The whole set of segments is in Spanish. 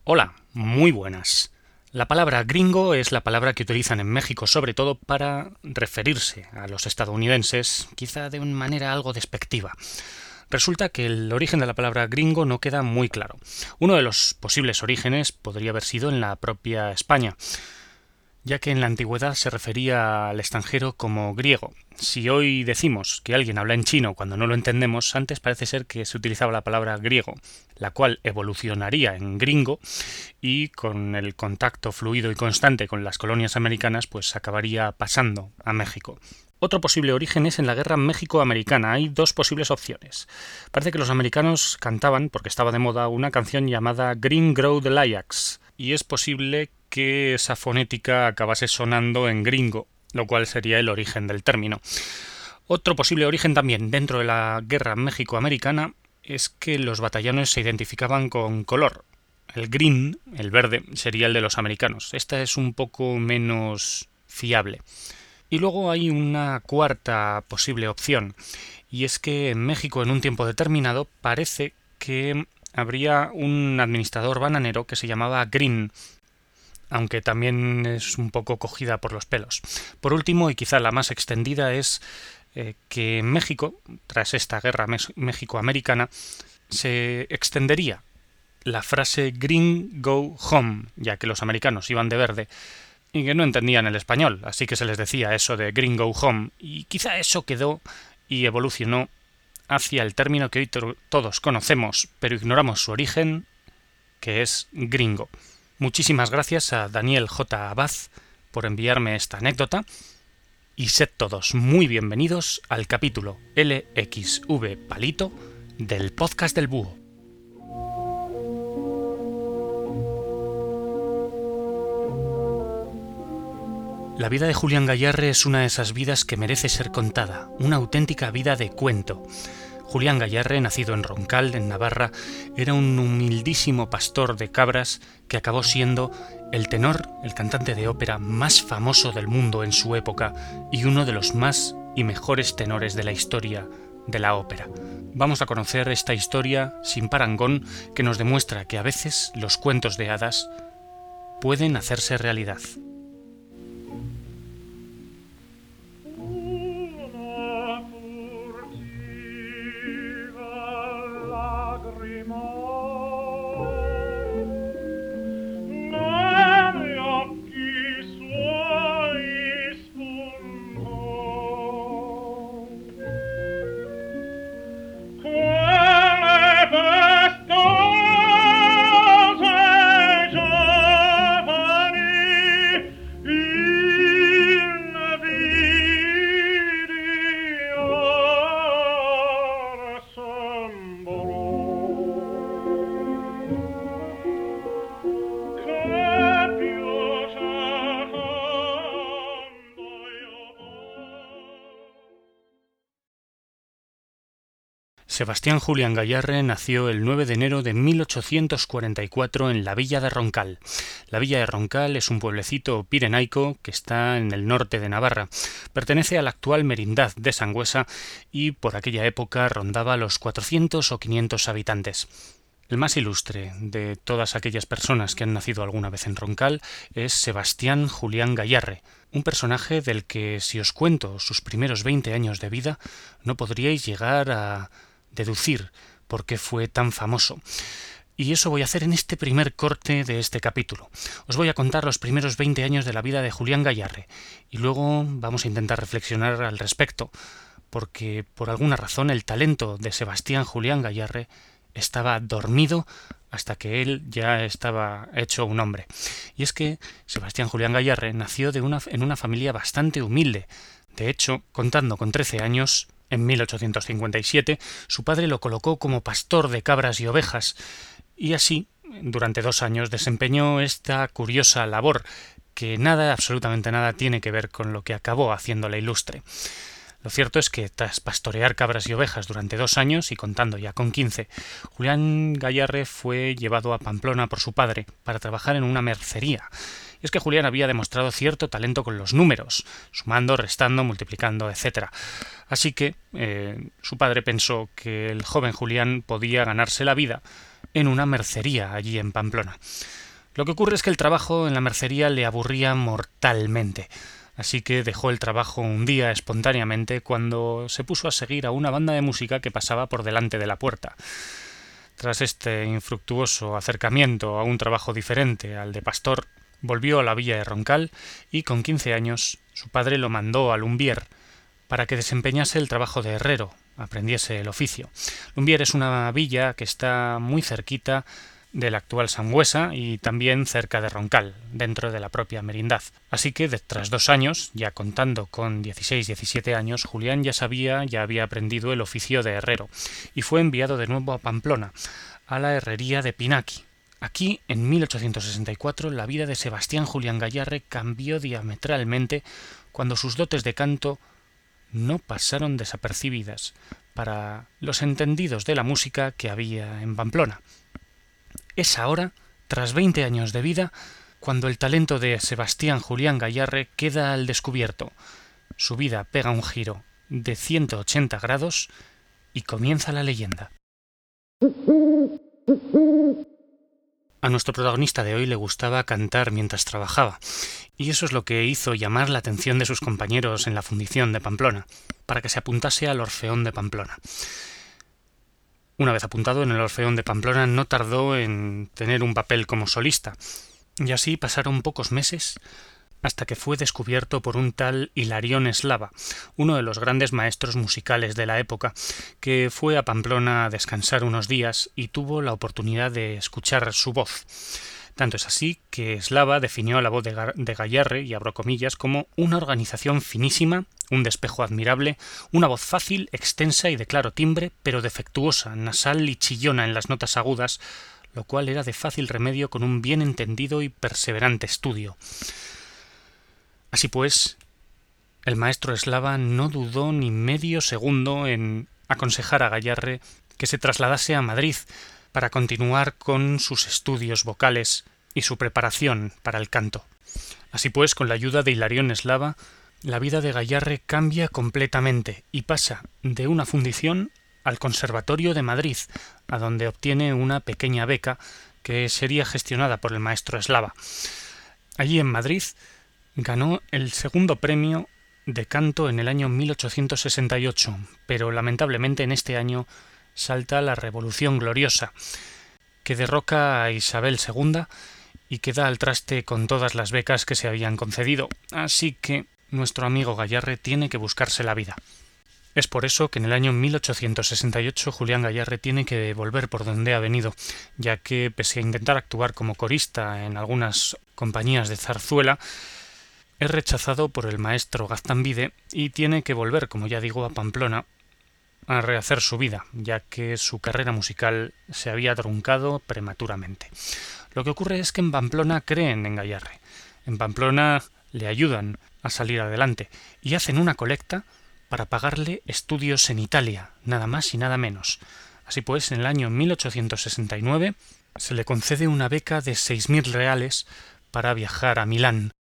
Hola, muy buenas. La palabra gringo es la palabra que utilizan en México sobre todo para referirse a los estadounidenses, quizá de una manera algo despectiva. Resulta que el origen de la palabra gringo no queda muy claro. Uno de los posibles orígenes podría haber sido en la propia España, ya que en la antigüedad se refería al extranjero como griego. Si hoy decimos que alguien habla en chino cuando no lo entendemos, antes parece ser que se utilizaba la palabra griego, la cual evolucionaría en gringo y con el contacto fluido y constante con las colonias americanas, pues acabaría pasando a México. Otro posible origen es en la guerra México-americana. Hay dos posibles opciones. Parece que los americanos cantaban, porque estaba de moda, una canción llamada Green Grow the Layaks, y es posible que esa fonética acabase sonando en gringo, lo cual sería el origen del término. Otro posible origen también dentro de la guerra México-americana es que los batallones se identificaban con color. El green, el verde, sería el de los americanos. Esta es un poco menos fiable. Y luego hay una cuarta posible opción, y es que en México en un tiempo determinado parece que habría un administrador bananero que se llamaba Green, aunque también es un poco cogida por los pelos. Por último, y quizá la más extendida, es que en México, tras esta guerra México-americana, se extendería la frase Green Go Home, ya que los americanos iban de verde y que no entendían el español, así que se les decía eso de Green Go Home, y quizá eso quedó y evolucionó hacia el término que hoy todos conocemos, pero ignoramos su origen, que es gringo. Muchísimas gracias a Daniel J. Abad por enviarme esta anécdota y sed todos muy bienvenidos al capítulo LXV Palito del podcast del Búho. La vida de Julián Gayarre es una de esas vidas que merece ser contada, una auténtica vida de cuento. Julián Gayarre, nacido en Roncal, en Navarra, era un humildísimo pastor de cabras que acabó siendo el tenor, el cantante de ópera más famoso del mundo en su época y uno de los más y mejores tenores de la historia de la ópera. Vamos a conocer esta historia sin parangón que nos demuestra que a veces los cuentos de hadas pueden hacerse realidad. Sebastián Julián Gayarre nació el 9 de enero de 1844 en la villa de Roncal. La villa de Roncal es un pueblecito pirenaico que está en el norte de Navarra. Pertenece a la actual merindad de Sangüesa y por aquella época rondaba los 400 o 500 habitantes. El más ilustre de todas aquellas personas que han nacido alguna vez en Roncal es Sebastián Julián Gayarre, un personaje del que, si os cuento sus primeros 20 años de vida, no podríais llegar a deducir por qué fue tan famoso. Y eso voy a hacer en este primer corte de este capítulo. Os voy a contar los primeros 20 años de la vida de Julián Gayarre y luego vamos a intentar reflexionar al respecto, porque por alguna razón el talento de Sebastián Julián Gayarre estaba dormido hasta que él ya estaba hecho un hombre. Y es que Sebastián Julián Gayarre nació en una familia bastante humilde. De hecho, contando con 13 años, en 1857, su padre lo colocó como pastor de cabras y ovejas, y así, durante 2 años, desempeñó esta curiosa labor, que nada, absolutamente nada, tiene que ver con lo que acabó haciéndole ilustre. Lo cierto es que, tras pastorear cabras y ovejas durante 2 años, y contando ya con 15, Julián Gayarre fue llevado a Pamplona por su padre para trabajar en una mercería. Y es que Julián había demostrado cierto talento con los números, sumando, restando, multiplicando, etc. Así que su padre pensó que el joven Julián podía ganarse la vida en una mercería allí en Pamplona. Lo que ocurre es que el trabajo en la mercería le aburría mortalmente, así que dejó el trabajo un día espontáneamente cuando se puso a seguir a una banda de música que pasaba por delante de la puerta. Tras este infructuoso acercamiento a un trabajo diferente al de pastor, volvió a la villa de Roncal y con 15 años su padre lo mandó a Lumbier para que desempeñase el trabajo de herrero, aprendiese el oficio. Lumbier es una villa que está muy cerquita de la actual Sangüesa y también cerca de Roncal, dentro de la propia merindad. Así que tras 2 años, ya contando con 16-17 años, Julián ya había aprendido el oficio de herrero y fue enviado de nuevo a Pamplona, a la herrería de Pinaqui. Aquí, en 1864, la vida de Sebastián Julián Gayarre cambió diametralmente cuando sus dotes de canto no pasaron desapercibidas para los entendidos de la música que había en Pamplona. Es ahora, tras 20 años de vida, cuando el talento de Sebastián Julián Gayarre queda al descubierto. Su vida pega un giro de 180 grados y comienza la leyenda. A nuestro protagonista de hoy le gustaba cantar mientras trabajaba, y eso es lo que hizo llamar la atención de sus compañeros en la fundición de Pamplona, para que se apuntase al Orfeón de Pamplona. Una vez apuntado en el Orfeón de Pamplona, no tardó en tener un papel como solista, y así pasaron pocos meses hasta que fue descubierto por un tal Hilarión Eslava, uno de los grandes maestros musicales de la época, que fue a Pamplona a descansar unos días y tuvo la oportunidad de escuchar su voz. Tanto es así que Eslava definió a la voz de Gayarre, y abro comillas, como una organización finísima, un despejo admirable, una voz fácil, extensa y de claro timbre, pero defectuosa, nasal y chillona en las notas agudas, lo cual era de fácil remedio con un bien entendido y perseverante estudio. Así pues, el maestro Eslava no dudó ni medio segundo en aconsejar a Gayarre que se trasladase a Madrid para continuar con sus estudios vocales y su preparación para el canto. Así pues, con la ayuda de Hilarión Eslava, la vida de Gayarre cambia completamente y pasa de una fundición al Conservatorio de Madrid, a donde obtiene una pequeña beca que sería gestionada por el maestro Eslava. Allí en Madrid ganó el segundo premio de canto en el año 1868, pero lamentablemente en este año salta la Revolución Gloriosa, que derroca a Isabel II y queda al traste con todas las becas que se habían concedido, así que nuestro amigo Gayarre tiene que buscarse la vida. Es por eso que en el año 1868 Julián Gayarre tiene que volver por donde ha venido, ya que pese a intentar actuar como corista en algunas compañías de zarzuela, es rechazado por el maestro Gaztambide y tiene que volver, como ya digo, a Pamplona a rehacer su vida, ya que su carrera musical se había truncado prematuramente. Lo que ocurre es que en Pamplona creen en Gayarre. En Pamplona le ayudan a salir adelante y hacen una colecta para pagarle estudios en Italia, nada más y nada menos. Así pues, en el año 1869 se le concede una beca de 6.000 reales para viajar a Milán.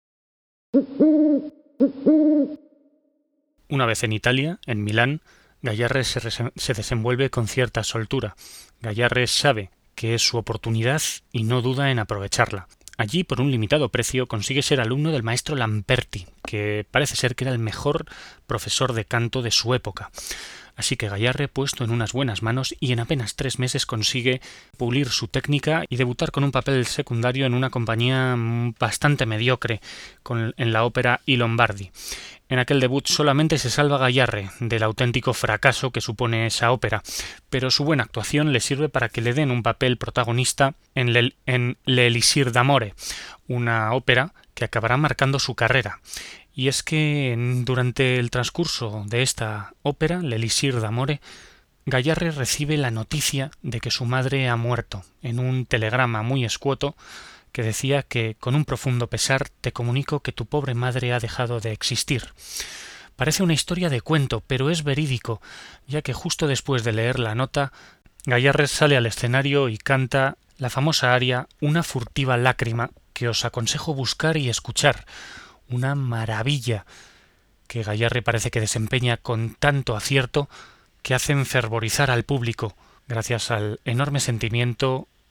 Una vez en Italia, en Milán, Gayarre se desenvuelve con cierta soltura. Gayarre sabe que es su oportunidad y no duda en aprovecharla. Allí, por un limitado precio, consigue ser alumno del maestro Lamperti, que parece ser que era el mejor profesor de canto de su época. Así que Gayarre, puesto en unas buenas manos, y en apenas 3 meses consigue pulir su técnica y debutar con un papel secundario en una compañía bastante mediocre en la ópera I Lombardi. En aquel debut solamente se salva Gayarre del auténtico fracaso que supone esa ópera, pero su buena actuación le sirve para que le den un papel protagonista en L'Elisir d'Amore, una ópera que acabará marcando su carrera. Y es que durante el transcurso de esta ópera, L'Elisir d'Amore, Gayarre recibe la noticia de que su madre ha muerto en un telegrama muy escueto que decía que, con un profundo pesar, te comunico que tu pobre madre ha dejado de existir. Parece una historia de cuento, pero es verídico, ya que justo después de leer la nota, Gayarre sale al escenario y canta la famosa aria Una furtiva lágrima, que os aconsejo buscar y escuchar. Una maravilla que Gayarre parece que desempeña con tanto acierto que hace enfervorizar al público, gracias al enorme sentimiento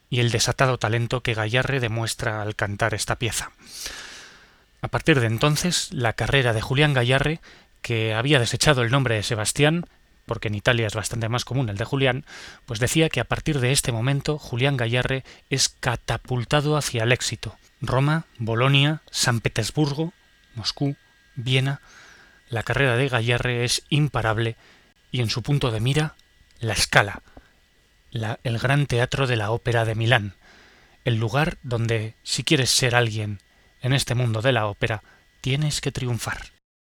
y el desatado talento que Gayarre demuestra al cantar esta pieza. A partir de entonces, la carrera de Julián Gayarre, que había desechado el nombre de Sebastián, porque en Italia es bastante más común el de Julián, pues decía que a partir de este momento Julián Gayarre es catapultado hacia el éxito. Roma, Bolonia, San Petersburgo, Moscú, Viena. La carrera de Gayarre es imparable y en su punto de mira, la Scala, el gran teatro de la ópera de Milán, el lugar donde, si quieres ser alguien en este mundo de la ópera, tienes que triunfar.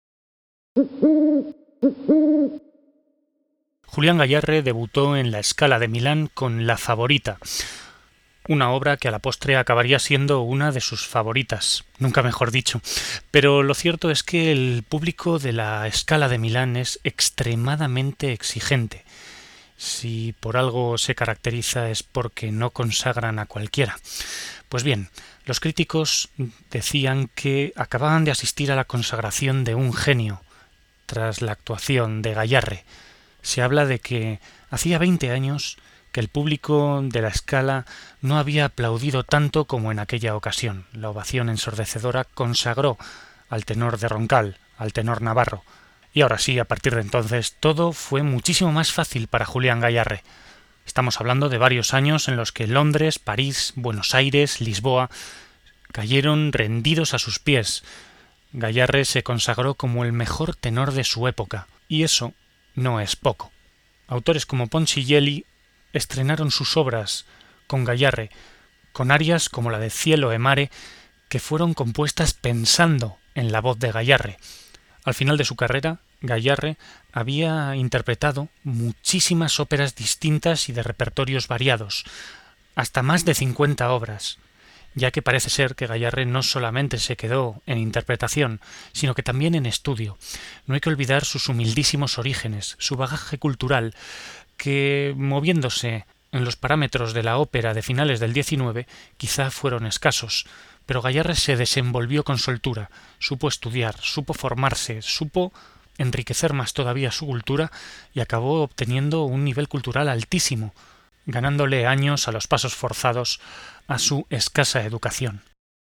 Julián Gayarre debutó en la Scala de Milán con La Favorita, una obra que a la postre acabaría siendo una de sus favoritas, nunca mejor dicho. Pero lo cierto es que el público de la Scala de Milán es extremadamente exigente. Si por algo se caracteriza es porque no consagran a cualquiera. Pues bien, los críticos decían que acababan de asistir a la consagración de un genio tras la actuación de Gayarre. Se habla de que hacía 20 años que el público de la Scala no había aplaudido tanto como en aquella ocasión. La ovación ensordecedora consagró al tenor de Roncal, al tenor navarro. Y ahora sí, a partir de entonces, todo fue muchísimo más fácil para Julián Gayarre. Estamos hablando de varios años en los que Londres, París, Buenos Aires, Lisboa cayeron rendidos a sus pies. Gayarre se consagró como el mejor tenor de su época, y eso no es poco. Autores como Ponchielli estrenaron sus obras con Gayarre, con arias como la de Cielo e Mare, que fueron compuestas pensando en la voz de Gayarre. Al final de su carrera, Gayarre había interpretado muchísimas óperas distintas y de repertorios variados, hasta más de 50 obras, ya que parece ser que Gayarre no solamente se quedó en interpretación, sino que también en estudio. No hay que olvidar sus humildísimos orígenes, su bagaje cultural, que, moviéndose en los parámetros de la ópera de finales del XIX, quizá fueron escasos, pero Gayarre se desenvolvió con soltura, supo estudiar, supo formarse, supo enriquecer más todavía su cultura y acabó obteniendo un nivel cultural altísimo, ganándole años a los pasos forzados a su escasa educación.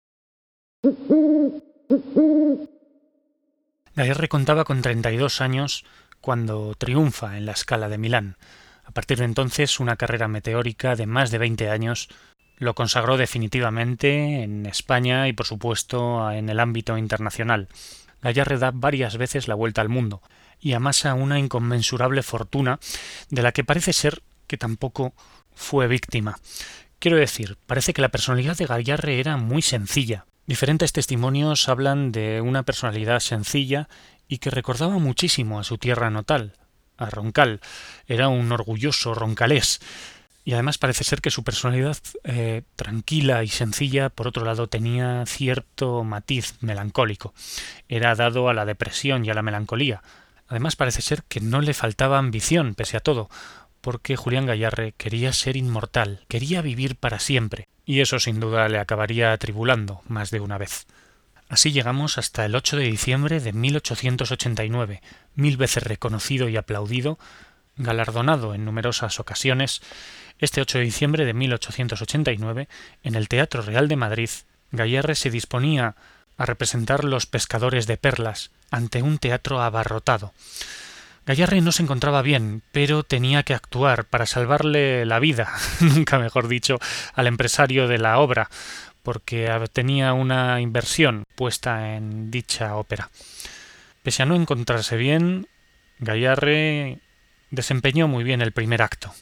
Gayarre contaba con 32 años cuando triunfa en la Scala de Milán. A partir de entonces, una carrera meteórica de más de 20 años lo consagró definitivamente en España y, por supuesto, en el ámbito internacional. Gayarre da varias veces la vuelta al mundo y amasa una inconmensurable fortuna de la que parece ser que tampoco fue víctima. Quiero decir, parece que la personalidad de Gayarre era muy sencilla. Diferentes testimonios hablan de una personalidad sencilla y que recordaba muchísimo a su tierra natal, a Roncal. Era un orgulloso roncalés. Y además parece ser que su personalidad tranquila y sencilla, por otro lado, tenía cierto matiz melancólico. Era dado a la depresión y a la melancolía. Además parece ser que no le faltaba ambición, pese a todo, porque Julián Gayarre quería ser inmortal, quería vivir para siempre, y eso sin duda le acabaría atribulando más de una vez. Así llegamos hasta el 8 de diciembre de 1889, 1000 veces reconocido y aplaudido, galardonado en numerosas ocasiones. Este 8 de diciembre de 1889, en el Teatro Real de Madrid, Gayarre se disponía a representar Los pescadores de perlas ante un teatro abarrotado. Gayarre no se encontraba bien, pero tenía que actuar para salvarle la vida, nunca mejor dicho, al empresario de la obra, porque tenía una inversión puesta en dicha ópera. Pese a no encontrarse bien, Gayarre desempeñó muy bien el primer acto.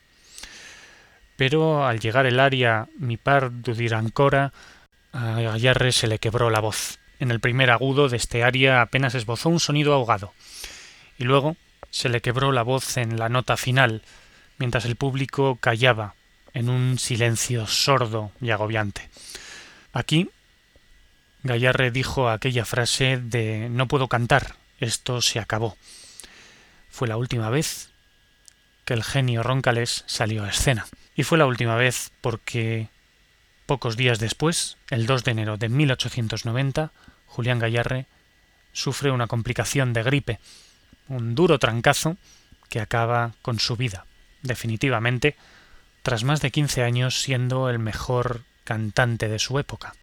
Pero al llegar el aria Mi par du dir ancora, a Gayarre se le quebró la voz. En el primer agudo de este aria apenas esbozó un sonido ahogado, y luego se le quebró la voz en la nota final, mientras el público callaba en un silencio sordo y agobiante. Aquí Gayarre dijo aquella frase de «No puedo cantar, esto se acabó». Fue la última vez que el genio roncalés salió a escena. Y fue la última vez porque pocos días después, el 2 de enero de 1890, Julián Gayarre sufre una complicación de gripe, un duro trancazo que acaba con su vida, definitivamente, tras más de 15 años siendo el mejor cantante de su época.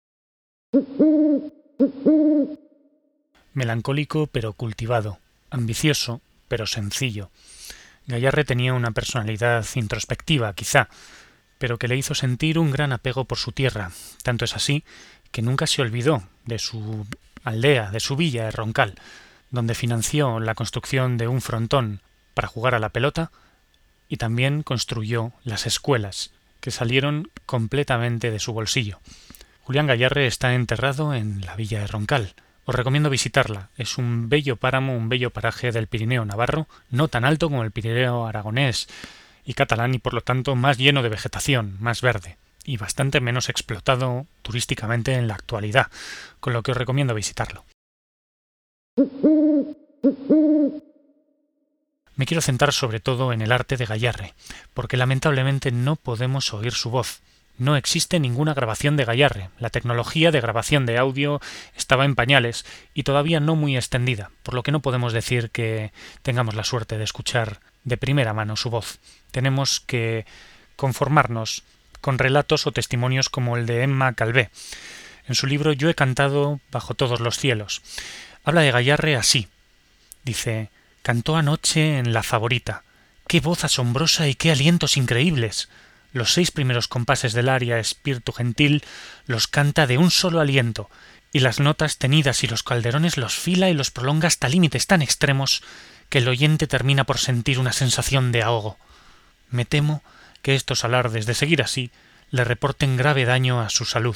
Melancólico pero cultivado, ambicioso pero sencillo. Gayarre tenía una personalidad introspectiva, quizá, pero que le hizo sentir un gran apego por su tierra. Tanto es así que nunca se olvidó de su aldea, de su villa de Roncal, donde financió la construcción de un frontón para jugar a la pelota y también construyó las escuelas, que salieron completamente de su bolsillo. Julián Gayarre está enterrado en la villa de Roncal. Os recomiendo visitarla. Es un bello páramo, un bello paraje del Pirineo navarro, no tan alto como el Pirineo aragonés y catalán y por lo tanto más lleno de vegetación, más verde y bastante menos explotado turísticamente en la actualidad, con lo que os recomiendo visitarlo. Me quiero centrar sobre todo en el arte de Gayarre, porque lamentablemente no podemos oír su voz. No existe ninguna grabación de Gayarre. La tecnología de grabación de audio estaba en pañales y todavía no muy extendida, por lo que no podemos decir que tengamos la suerte de escuchar de primera mano su voz. Tenemos que conformarnos con relatos o testimonios como el de Emma Calvé. En su libro Yo he cantado bajo todos los cielos. Habla de Gayarre así. Dice: «Cantó anoche en La Favorita. ¡Qué voz asombrosa y qué alientos increíbles! Los 6 primeros compases del aria Espíritu Gentil los canta de un solo aliento, y las notas tenidas y los calderones los fila y los prolonga hasta límites tan extremos que el oyente termina por sentir una sensación de ahogo. Me temo que estos alardes de seguir así le reporten grave daño a su salud».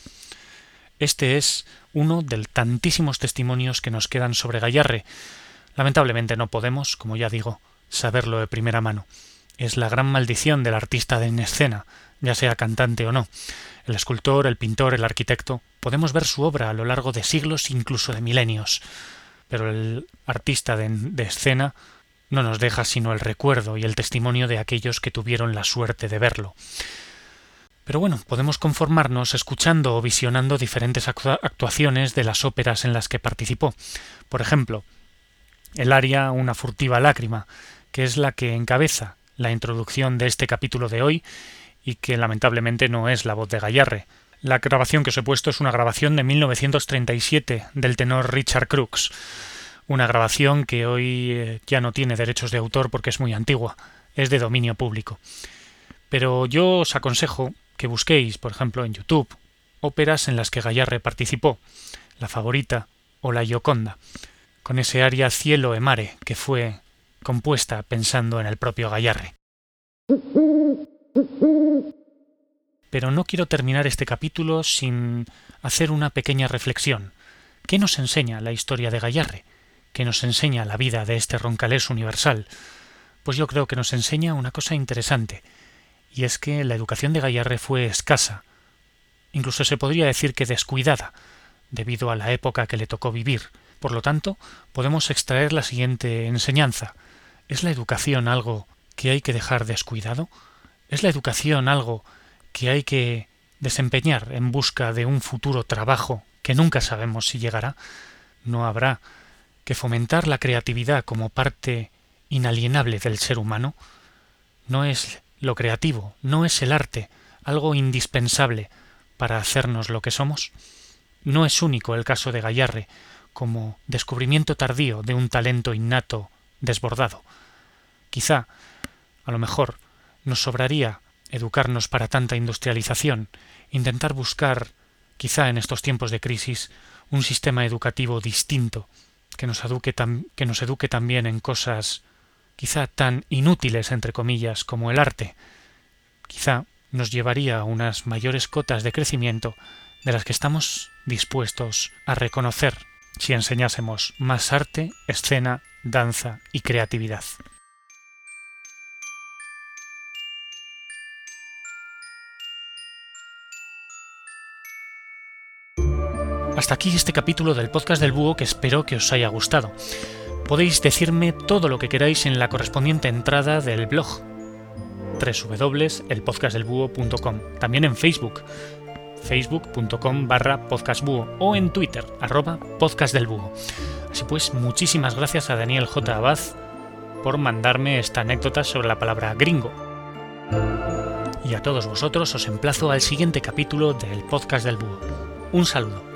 Este es uno de tantísimos testimonios que nos quedan sobre Gayarre. Lamentablemente no podemos, como ya digo, saberlo de primera mano. Es la gran maldición del artista en escena, ya sea cantante o no. El escultor, el pintor, el arquitecto, podemos ver su obra a lo largo de siglos, incluso de milenios. Pero el artista de escena no nos deja sino el recuerdo y el testimonio de aquellos que tuvieron la suerte de verlo. Pero bueno, podemos conformarnos escuchando o visionando diferentes actuaciones de las óperas en las que participó. Por ejemplo, el aria Una furtiva lágrima, que es la que encabeza la introducción de este capítulo de hoy y que lamentablemente no es la voz de Gayarre. La grabación que os he puesto es una grabación de 1937 del tenor Richard Crooks, una grabación que hoy ya no tiene derechos de autor porque es muy antigua, es de dominio público. Pero yo os aconsejo que busquéis, por ejemplo, en YouTube, óperas en las que Gayarre participó, La Favorita o La Gioconda, con ese aria Cielo e mare que fue compuesta pensando en el propio Gayarre. Pero no quiero terminar este capítulo sin hacer una pequeña reflexión. ¿Qué nos enseña la historia de Gayarre? ¿Qué nos enseña la vida de este roncalés universal? Pues yo creo que nos enseña una cosa interesante, y es que la educación de Gayarre fue escasa, incluso se podría decir que descuidada, debido a la época que le tocó vivir. Por lo tanto, podemos extraer la siguiente enseñanza. ¿Es la educación algo que hay que dejar descuidado? ¿Es la educación algo que hay que desempeñar en busca de un futuro trabajo que nunca sabemos si llegará? ¿No habrá que fomentar la creatividad como parte inalienable del ser humano? ¿No es lo creativo, no es el arte, algo indispensable para hacernos lo que somos? No es único el caso de Gayarre como descubrimiento tardío de un talento innato desbordado. Quizá, a lo mejor, nos sobraría educarnos para tanta industrialización, intentar buscar, quizá en estos tiempos de crisis, un sistema educativo distinto, que nos eduque también en cosas quizá tan inútiles, entre comillas, como el arte. Quizá nos llevaría a unas mayores cotas de crecimiento de las que estamos dispuestos a reconocer si enseñásemos más arte, escena, danza y creatividad. Hasta aquí este capítulo del podcast del Búho, que espero que os haya gustado. Podéis decirme todo lo que queráis en la correspondiente entrada del blog www.elpodcastdelbúho.com, también en Facebook, facebook.com/podcastbúho o en Twitter, @podcastdelbúho. Así pues, muchísimas gracias a Daniel J. Abad por mandarme esta anécdota sobre la palabra gringo. Y a todos vosotros os emplazo al siguiente capítulo del podcast del Búho. Un saludo.